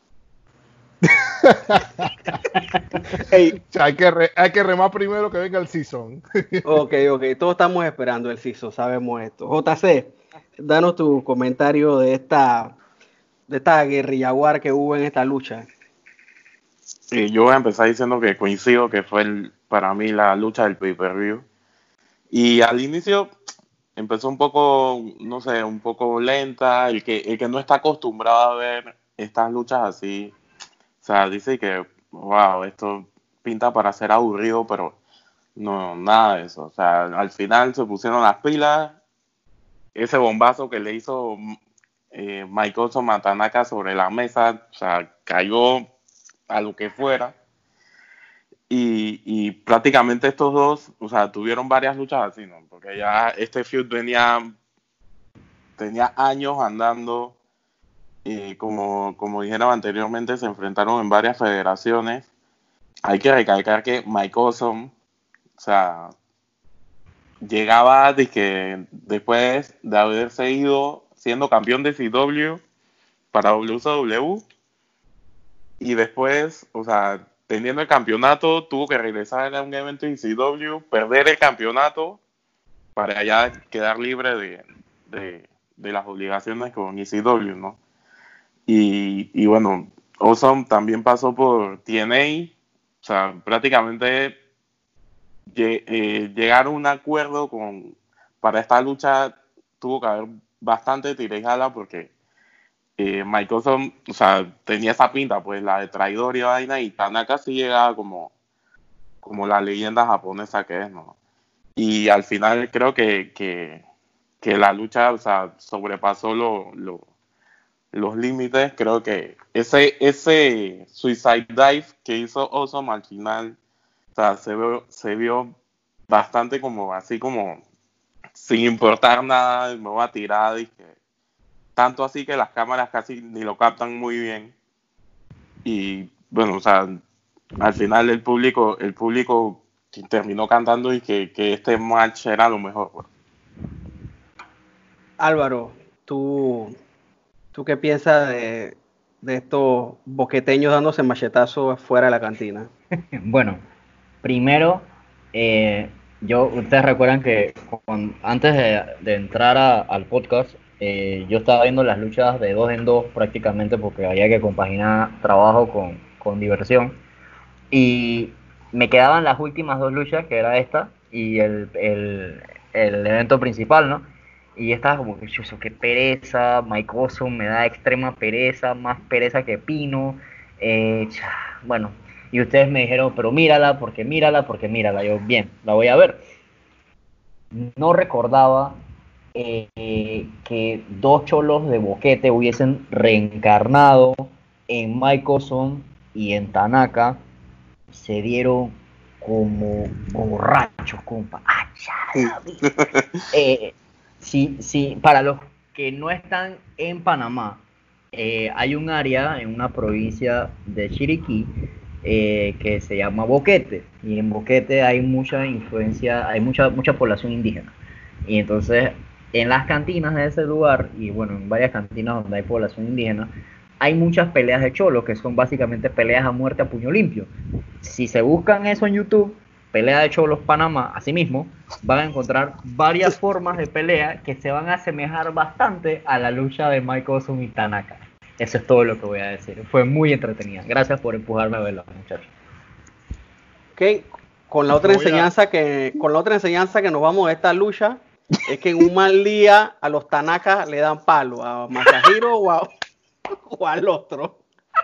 Hey, hay, que re, hay que remar primero que venga el season. Ok, ok, todos estamos esperando el season, sabemos esto. J C, danos tu comentario de esta, de esta guerrilla war que hubo en esta lucha. Sí, yo voy a empezar diciendo que coincido que fue el, para mí la lucha del pay-per-view. Y al inicio empezó un poco, no sé, un poco lenta. El que, el que no está acostumbrado a ver estas luchas así, o sea, dice que, wow, esto pinta para ser aburrido, pero no, nada de eso. O sea, al final se pusieron las pilas. Ese bombazo que le hizo eh, Mike Awesome a Tanaka sobre la mesa, o sea, cayó a lo que fuera. Y, y prácticamente estos dos, o sea, tuvieron varias luchas así, ¿no? Porque ya este feud venía, tenía años andando, y como, como dijeron anteriormente, se enfrentaron en varias federaciones. Hay que recalcar que Mike Awesome, o sea, llegaba de que después de haberse ido siendo campeón de C W para W C W, y después, o sea, teniendo el campeonato, tuvo que regresar a un evento en C W, perder el campeonato para ya quedar libre de, de, de las obligaciones con E C W, ¿no? Y, y bueno, Awesome también pasó por T N A, o sea, prácticamente lle, eh, llegar a un acuerdo con, para esta lucha tuvo que haber bastante tira y jala porque Eh, Mike Awesome, o sea, tenía esa pinta, pues la de traidor y vaina, y Tanaka sí llegaba como, como la leyenda japonesa que es, ¿no? Y al final creo que, que, que la lucha, o sea, sobrepasó lo, lo, los límites. Creo que ese, ese Suicide Dive que hizo Awesome al final, o sea, se vio, se vio bastante como así como sin importar nada, me voy a tirar y que tanto así que las cámaras casi ni lo captan muy bien. Y bueno, o sea, al final el público, el público terminó cantando y que, que este match era lo mejor. Bueno. Álvaro, ¿tú, tú qué piensas de, de estos boqueteños dándose machetazos fuera de la cantina? Bueno, primero, eh, yo, ustedes recuerdan que con, antes de, de entrar a, al podcast, eh, yo estaba viendo las luchas de dos en dos prácticamente porque había que compaginar trabajo con, con diversión. Y me quedaban las últimas dos luchas, que era esta y el, el, el evento principal, ¿no? Y estaba como que, chuzo, qué pereza, Mike Awesome me da extrema pereza, más pereza que Pino. Eh, cha, bueno, y ustedes me dijeron, pero mírala, porque mírala, porque mírala. Yo, bien, la voy a ver. No recordaba eh, que dos cholos de boquete hubiesen reencarnado en Mike Awesome y en Tanaka. Se dieron como borrachos, compa. ¡Ah, ya, eh, sí, sí, para los que no están en Panamá, eh, hay un área en una provincia de Chiriquí eh, que se llama Boquete, y en Boquete hay mucha influencia, hay mucha, mucha población indígena. Y entonces, en las cantinas de ese lugar, y bueno, en varias cantinas donde hay población indígena, hay muchas peleas de cholos, que son básicamente peleas a muerte a puño limpio. Si se buscan eso en YouTube, pelea de cholos Panamá, así mismo, van a encontrar varias formas de pelea que se van a asemejar bastante a la lucha de Mike Awesome y Tanaka. Eso es todo lo que voy a decir. Fue muy entretenida. Gracias por empujarme a verlo, muchachos. Ok, con la otra enseñanza que, con la otra enseñanza que nos vamos de esta lucha, es que en un mal día a los Tanaka le dan palo, a Masahiro o a o al otro.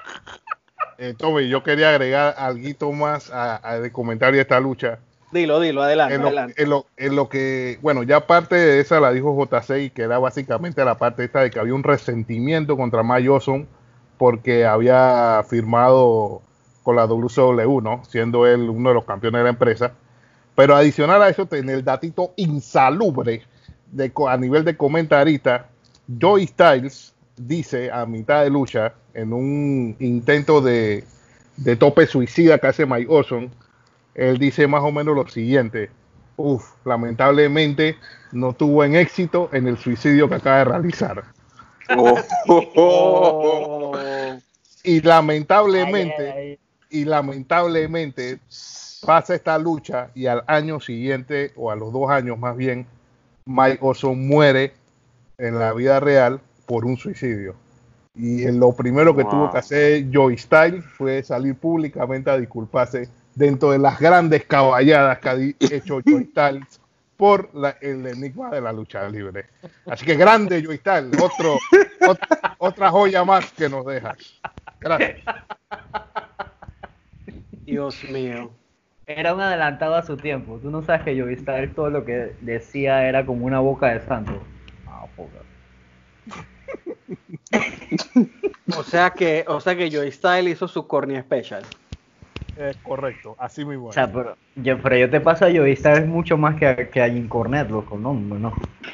Eh, Tommy, yo quería agregar algo más al comentario de esta lucha. Dilo, dilo, adelante, en lo, adelante. En lo, en lo que, bueno, ya parte de esa la dijo J C, que era básicamente la parte esta de que había un resentimiento contra Mike Awesome porque había firmado con la W C W, ¿no? Siendo él uno de los campeones de la empresa. Pero adicional a eso, en el datito insalubre de, a nivel de comentarista, Joey Styles dice a mitad de lucha, en un intento de, de tope suicida que hace Mike Awesome, él dice más o menos lo siguiente: uff, lamentablemente no tuvo en éxito en el suicidio que acaba de realizar. Oh, oh, oh, oh. Y lamentablemente, ay, ay, ay. y lamentablemente pasa esta lucha y al año siguiente, o a los dos años más bien, Mike Awesome muere en la vida real por un suicidio. Y lo primero que wow. tuvo que hacer Joey Styles fue salir públicamente a disculparse dentro de las grandes caballadas que ha hecho Joey Styles por la, el enigma de la lucha libre. Así que grande Joey Styles, otro, otra, otra joya más que nos deja. Gracias. Dios mío. Era un adelantado a su tiempo. Tú no sabes que Joey Styles todo lo que decía era como una boca de santo. Ah, poca. O sea que, o sea que Joey Styles hizo su corny special. Es correcto, así mismo. O sea, pero yo, pero yo te paso a Joey Styles mucho más que a, que a Jim Cornette, loco, no, no.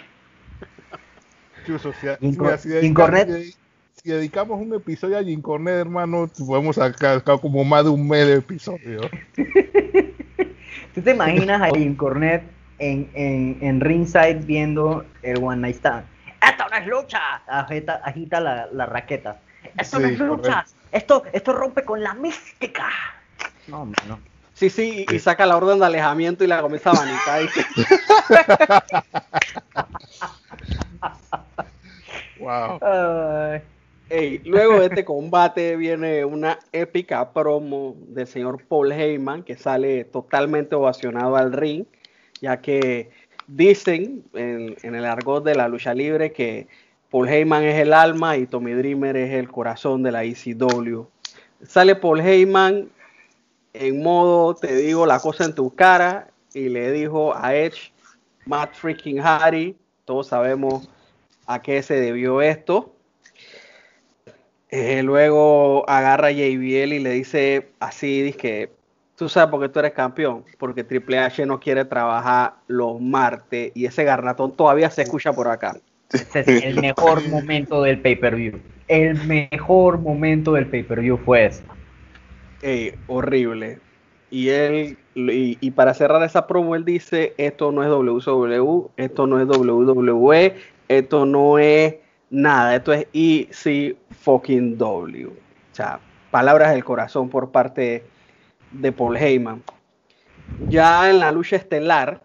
Chuso, si, Jim, mira, si, Jim dedicamos, Cornette. si, si dedicamos un episodio a Jim Cornette, hermano, podemos sacar como más de un mes de episodio. ¿Tú te imaginas a Jim Cornette en, en, en ringside viendo el One Night Stand? ¡Esto no es lucha! Agita, agita la, la raqueta. ¡Esto sí, no es lucha! Esto, esto rompe con la mística. No, hombre, no. Sí, sí, y, y saca la orden de alejamiento y la comienza a abanicar. Wow. Uh, hey, luego de este combate viene una épica promo del señor Paul Heyman, que sale totalmente ovacionado al ring, ya que dicen en, en el argot de la lucha libre que Paul Heyman es el alma y Tommy Dreamer es el corazón de la E C W. Sale Paul Heyman en modo, te digo la cosa en tu cara, y le dijo a Edge, Matt freaking Hardy, todos sabemos a qué se debió esto. Eh, luego agarra a J B L y le dice así, dice que tú sabes por qué tú eres campeón, porque Triple H no quiere trabajar los martes y ese garnatón todavía se escucha por acá. Ese es el mejor momento del pay-per-view. El mejor momento del pay-per-view fue ese. Eh, horrible. Y él, y, y para cerrar esa promo, él dice, esto no es W C W, esto no es W W E, esto no es nada, esto es E C fucking W. O sea, palabras del corazón por parte de Paul Heyman. Ya en la lucha estelar,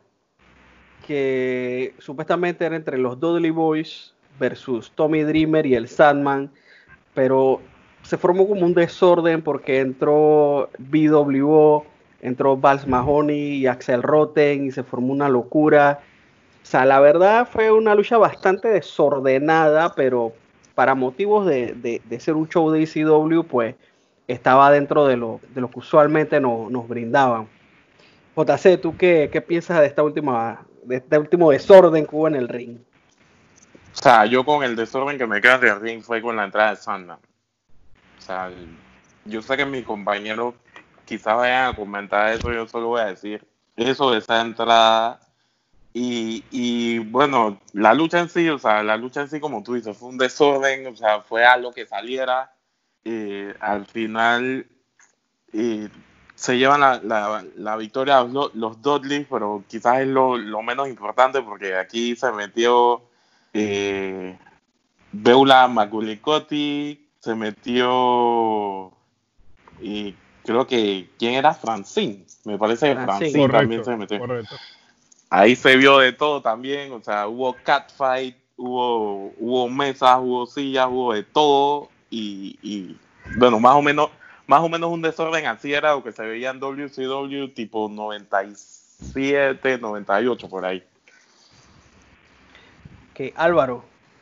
que supuestamente era entre los Dudley Boys versus Tommy Dreamer y el Sandman, pero se formó como un desorden porque entró B W O, entró Vince Mahoney y Axel Rotten y se formó una locura. O sea, la verdad fue una lucha bastante desordenada, pero para motivos de, de, de ser un show de E C W, pues estaba dentro de lo, de lo que usualmente no, nos brindaban. J C, ¿tú qué, qué piensas de esta última, de este último desorden que hubo en el ring? O sea, yo con el desorden que me queda del ring fue con la entrada de Sandman. O sea, yo sé que mis compañeros quizás vayan a comentar eso, yo solo voy a decir eso de esa entrada. Y, y bueno, la lucha en sí, o sea, la lucha en sí, como tú dices, fue un desorden, o sea, fue algo que saliera. Eh, al final eh, se llevan la, la, la victoria los, los Dudley, pero quizás es lo, lo menos importante porque aquí se metió eh, Beula Magulicotti, se metió y creo que ¿quién era? Francine, me parece que Francine. Francine Correcto, también se metió. correcto. Ahí se vio de todo también, o sea, hubo catfight, hubo, hubo mesas, hubo sillas, hubo de todo y, y bueno, más o menos más o menos un desorden así era lo que se veía en W C W tipo noventa y siete, noventa y ocho por ahí. Que Álvaro.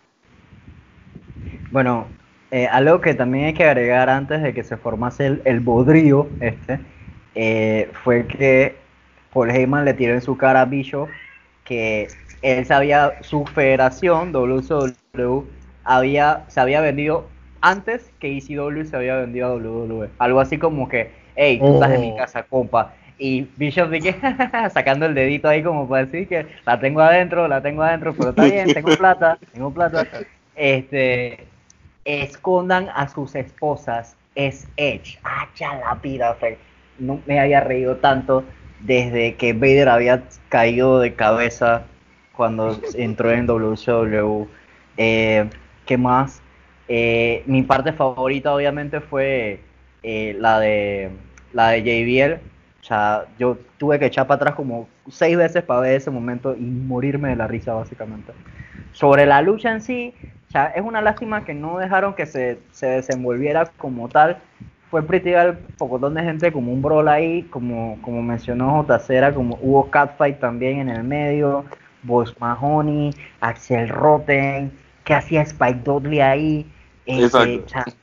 Bueno, eh, algo que también hay que agregar antes de que se formase el, el bodrío este, eh, fue que Paul Heyman le tiró en su cara a Bischoff que él sabía, su federación, W C W, había, se había vendido antes que E C W se había vendido a W W E. Algo así como que, hey, tú oh. estás en mi casa, compa. Y Bischoff de que, sacando el dedito ahí como para decir que la tengo adentro, la tengo adentro, pero está bien, tengo plata, tengo plata. Este, escondan a sus esposas, es Edge. Ah, ya la pira, no me había reído tanto desde que Vader había caído de cabeza cuando entró en W C W. Eh, ¿Qué más? Eh, mi parte favorita obviamente fue eh, la de la de J B L. O sea, yo tuve que echar para atrás como seis veces para ver ese momento y morirme de la risa básicamente. Sobre la lucha en sí, o sea, es una lástima que no dejaron que se, se desenvolviera como tal. Fue pretty un pocotón de gente, como un brawl ahí, como, como mencionó J C, era como hubo catfight también en el medio, Vince Mahoney, Axel Rotten, que hacía Spike Dudley ahí. Este, o sea,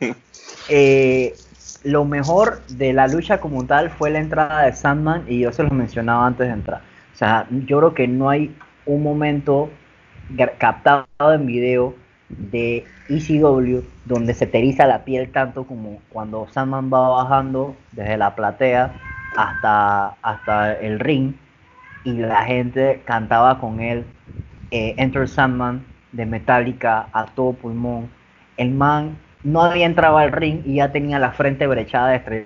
eh, lo mejor de la lucha como tal fue la entrada de Sandman y yo se los mencionaba antes de entrar. O sea, yo creo que no hay un momento captado en video de E C W donde se te eriza la piel tanto como cuando Sandman va bajando desde la platea hasta, hasta el ring y la gente cantaba con él eh, Enter Sandman de Metallica a todo pulmón. El man no había entrado al ring y ya tenía la frente brechada de estrella,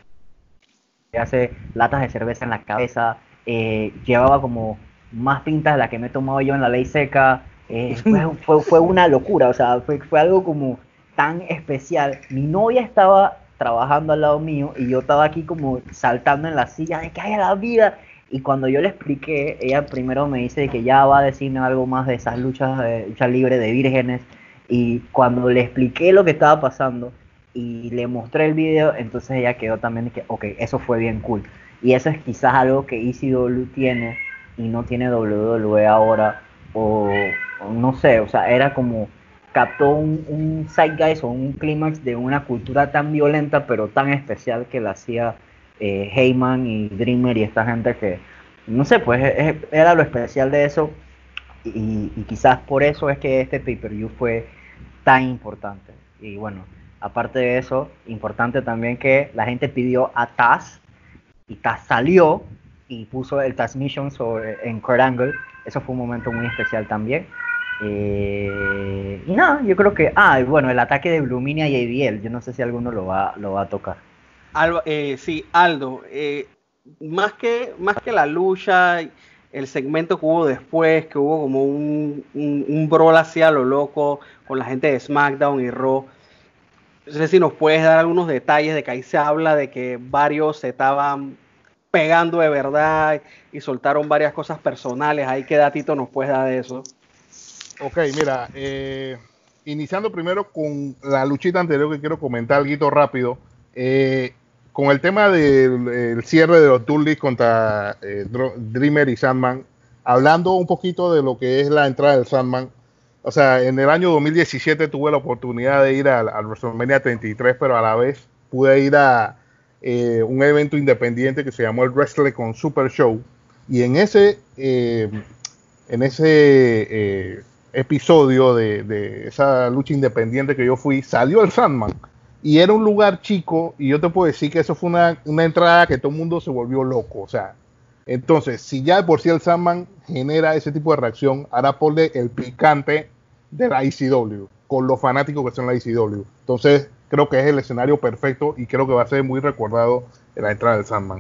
hace latas de cerveza en la cabeza, eh, llevaba como más pintas de las que me he tomado yo en la ley seca. Eh, fue, fue, fue una locura, o sea, fue, fue algo como tan especial. Mi novia estaba trabajando al lado mío y yo estaba aquí como saltando en la silla de que haya la vida. Y cuando yo le expliqué, ella primero me dice que ya va a decirme algo más de esas luchas de lucha libre de vírgenes. Y cuando le expliqué lo que estaba pasando y le mostré el video, entonces ella quedó también de que, ok, eso fue bien cool. Y eso es quizás algo que E C W tiene y no tiene W W E ahora. O, o no sé, o sea, era como captó un, un zeitgeist o un clímax de una cultura tan violenta pero tan especial que la hacía eh, Heyman y Dreamer y esta gente que, no sé, pues es, era lo especial de eso y, y quizás por eso es que este pay-per-view fue tan importante. Y bueno, Aparte de eso, importante también que la gente pidió a Taz y Taz salió y puso el Taz Mission sobre, en Kurt Angle. Eso fue un momento muy especial también. Eh, y nada, yo creo que... Ah, y bueno, el ataque de Blue Mini a J B L. Yo no sé si alguno lo va, lo va a tocar. Alba, eh, sí, Aldo, eh, más que, más que la lucha, el segmento que hubo después, que hubo como un, un, un brawl hacia lo loco con la gente de SmackDown y Raw. No sé si nos puedes dar algunos detalles de que ahí se habla de que varios se estaban pegando de verdad y soltaron varias cosas personales. Ahí qué datito nos puedes dar de eso. Ok, mira, eh, iniciando primero con la luchita anterior que quiero comentar algo rápido. Eh, con el tema del el cierre de los Dudley contra eh, Dreamer y Sandman, hablando un poquito de lo que es la entrada del Sandman. O sea, en el año dos mil diecisiete tuve la oportunidad de ir al, al WrestleMania treinta y tres, pero a la vez pude ir a eh, un evento independiente que se llamó el Wrestle con Super Show. Y en ese, eh, en ese eh, episodio de, de esa lucha independiente que yo fui, salió el Sandman. Y era un lugar chico, y yo te puedo decir que eso fue una, una entrada que todo el mundo se volvió loco. O sea, entonces, si ya de por sí el Sandman genera ese tipo de reacción, ahora ponle el picante de la I C W, con los fanáticos que son la I C W. Entonces, creo que es el escenario perfecto y creo que va a ser muy recordado en la entrada del Sandman.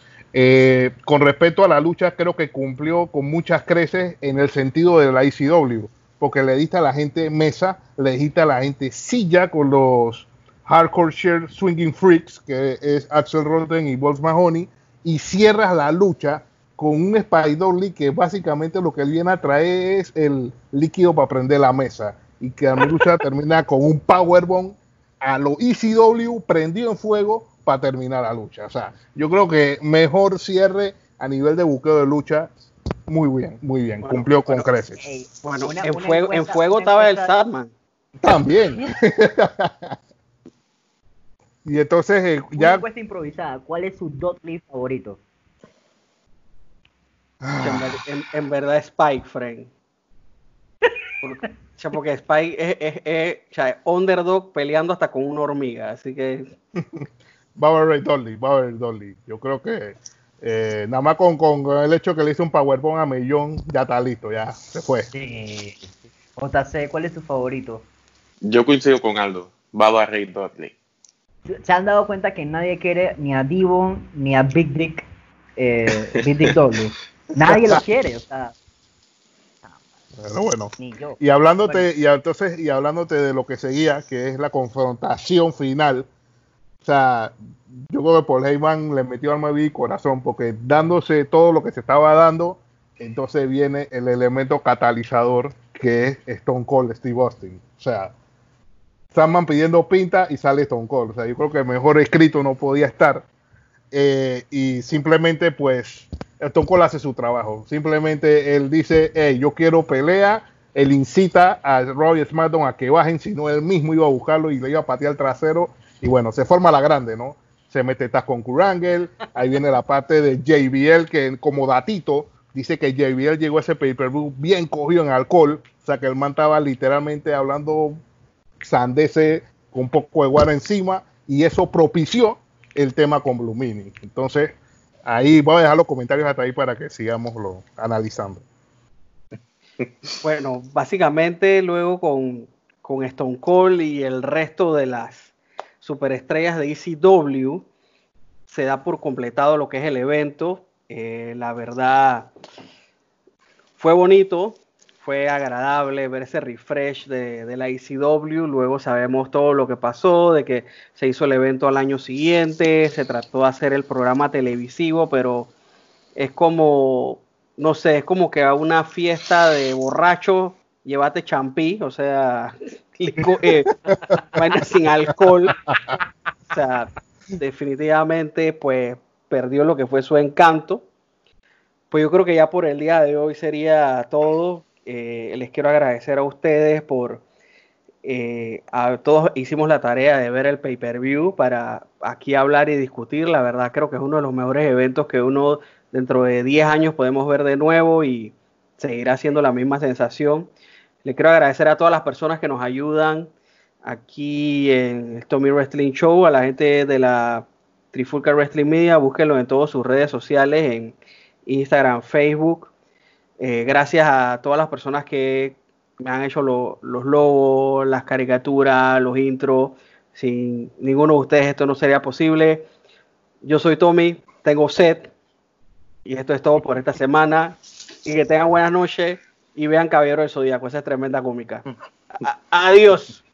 Eh, con respecto a la lucha, creo que cumplió con muchas creces en el sentido de la I C W, porque le diste a la gente mesa, le diste a la gente silla con los Hardcore Share Swinging Freaks, que es Axel Rotten y Balls Mahoney, y cierras la lucha con un Spider Lee que básicamente lo que él viene a traer es el líquido para prender la mesa, y que la lucha termina con un Powerbomb a lo E C W prendido en fuego para terminar la lucha. O sea, yo creo que mejor cierre a nivel de buqueo de lucha. Muy bien, muy bien, bueno, cumplió con bueno, creces. Hey, bueno, una, en, una fuego, encuesta, en fuego estaba el Sandman. También. Y entonces eh, ya... Una encuesta improvisada, ¿cuál es su Dudley favorito? Ah. En, en verdad Spike, Frank. Porque, o sea, porque Spike es, es, es o sea, underdog peleando hasta con una hormiga, así que... Bauer Ray Dudley, Bauer Dudley. Yo creo que eh, nada más con, con el hecho que le hizo un Powerbomb a Millón, ya está listo, ya se fue. Sí. J C, ¿cuál es tu favorito? Yo coincido con Aldo, Bauer Ray Dudley. ¿Se han dado cuenta que nadie quiere ni a Devon ni a Big Dick eh, Big Dick Dudley? Nadie lo quiere, o sea. Pero bueno, ni yo. Y hablándote, bueno. y entonces, y hablándote de lo que seguía, que es la confrontación final, o sea, yo creo que Paul Heyman le metió alma, vida y corazón, porque dándose todo lo que se estaba dando, entonces viene el elemento catalizador que es Stone Cold Steve Austin. O sea, Sandman pidiendo pinta y sale Stone Cold. O sea, yo creo que mejor escrito no podía estar. Eh, y simplemente, pues, Stone Cold hace su trabajo. Simplemente él dice, hey, yo quiero pelea. Él incita a Raw y SmackDown a que bajen, si no él mismo iba a buscarlo y le iba a patear el trasero. Y bueno, se forma la grande, ¿no? Se mete Taz con Kurt Angle. Ahí viene la parte de J B L, que como datito, dice que J B L llegó a ese pay-per-view bien cogido en alcohol. O sea, que el man estaba literalmente hablando sandece con un poco de guaro encima, y eso propició el tema con Blue Mini. Entonces, ahí voy a dejar los comentarios hasta ahí para que sigamos lo, analizando. Bueno, básicamente luego con, con Stone Cold y el resto de las superestrellas de E C W se da por completado lo que es el evento. Eh, la verdad fue bonito, fue agradable ver ese refresh de, de la E C W. Luego sabemos todo lo que pasó, de que se hizo el evento al año siguiente, se trató de hacer el programa televisivo, pero es como, no sé, es como que a una fiesta de borrachos, llévate champí, o sea, eh, vaina sin alcohol. O sea, definitivamente, pues, perdió lo que fue su encanto. Pues yo creo que ya por el día de hoy sería todo. Eh, les quiero agradecer a ustedes por eh, a todos hicimos la tarea de ver el pay-per-view para aquí hablar y discutir. La verdad creo que es uno de los mejores eventos que uno dentro de diez años podemos ver de nuevo y seguirá siendo la misma sensación. Le quiero agradecer a todas las personas que nos ayudan aquí en el Tommy Wrestling Show. A la gente de la Trifulca Wrestling Media, búsquenlo en todas sus redes sociales, en Instagram, Facebook. Eh, gracias a todas las personas que me han hecho lo, los logos, las caricaturas, los intros. Sin ninguno de ustedes esto no sería posible. Yo soy Tommy, tengo sed, y esto es todo por esta semana. Y que tengan buenas noches y vean Caballero del Zodíaco, esa es tremenda cómica. A- adiós.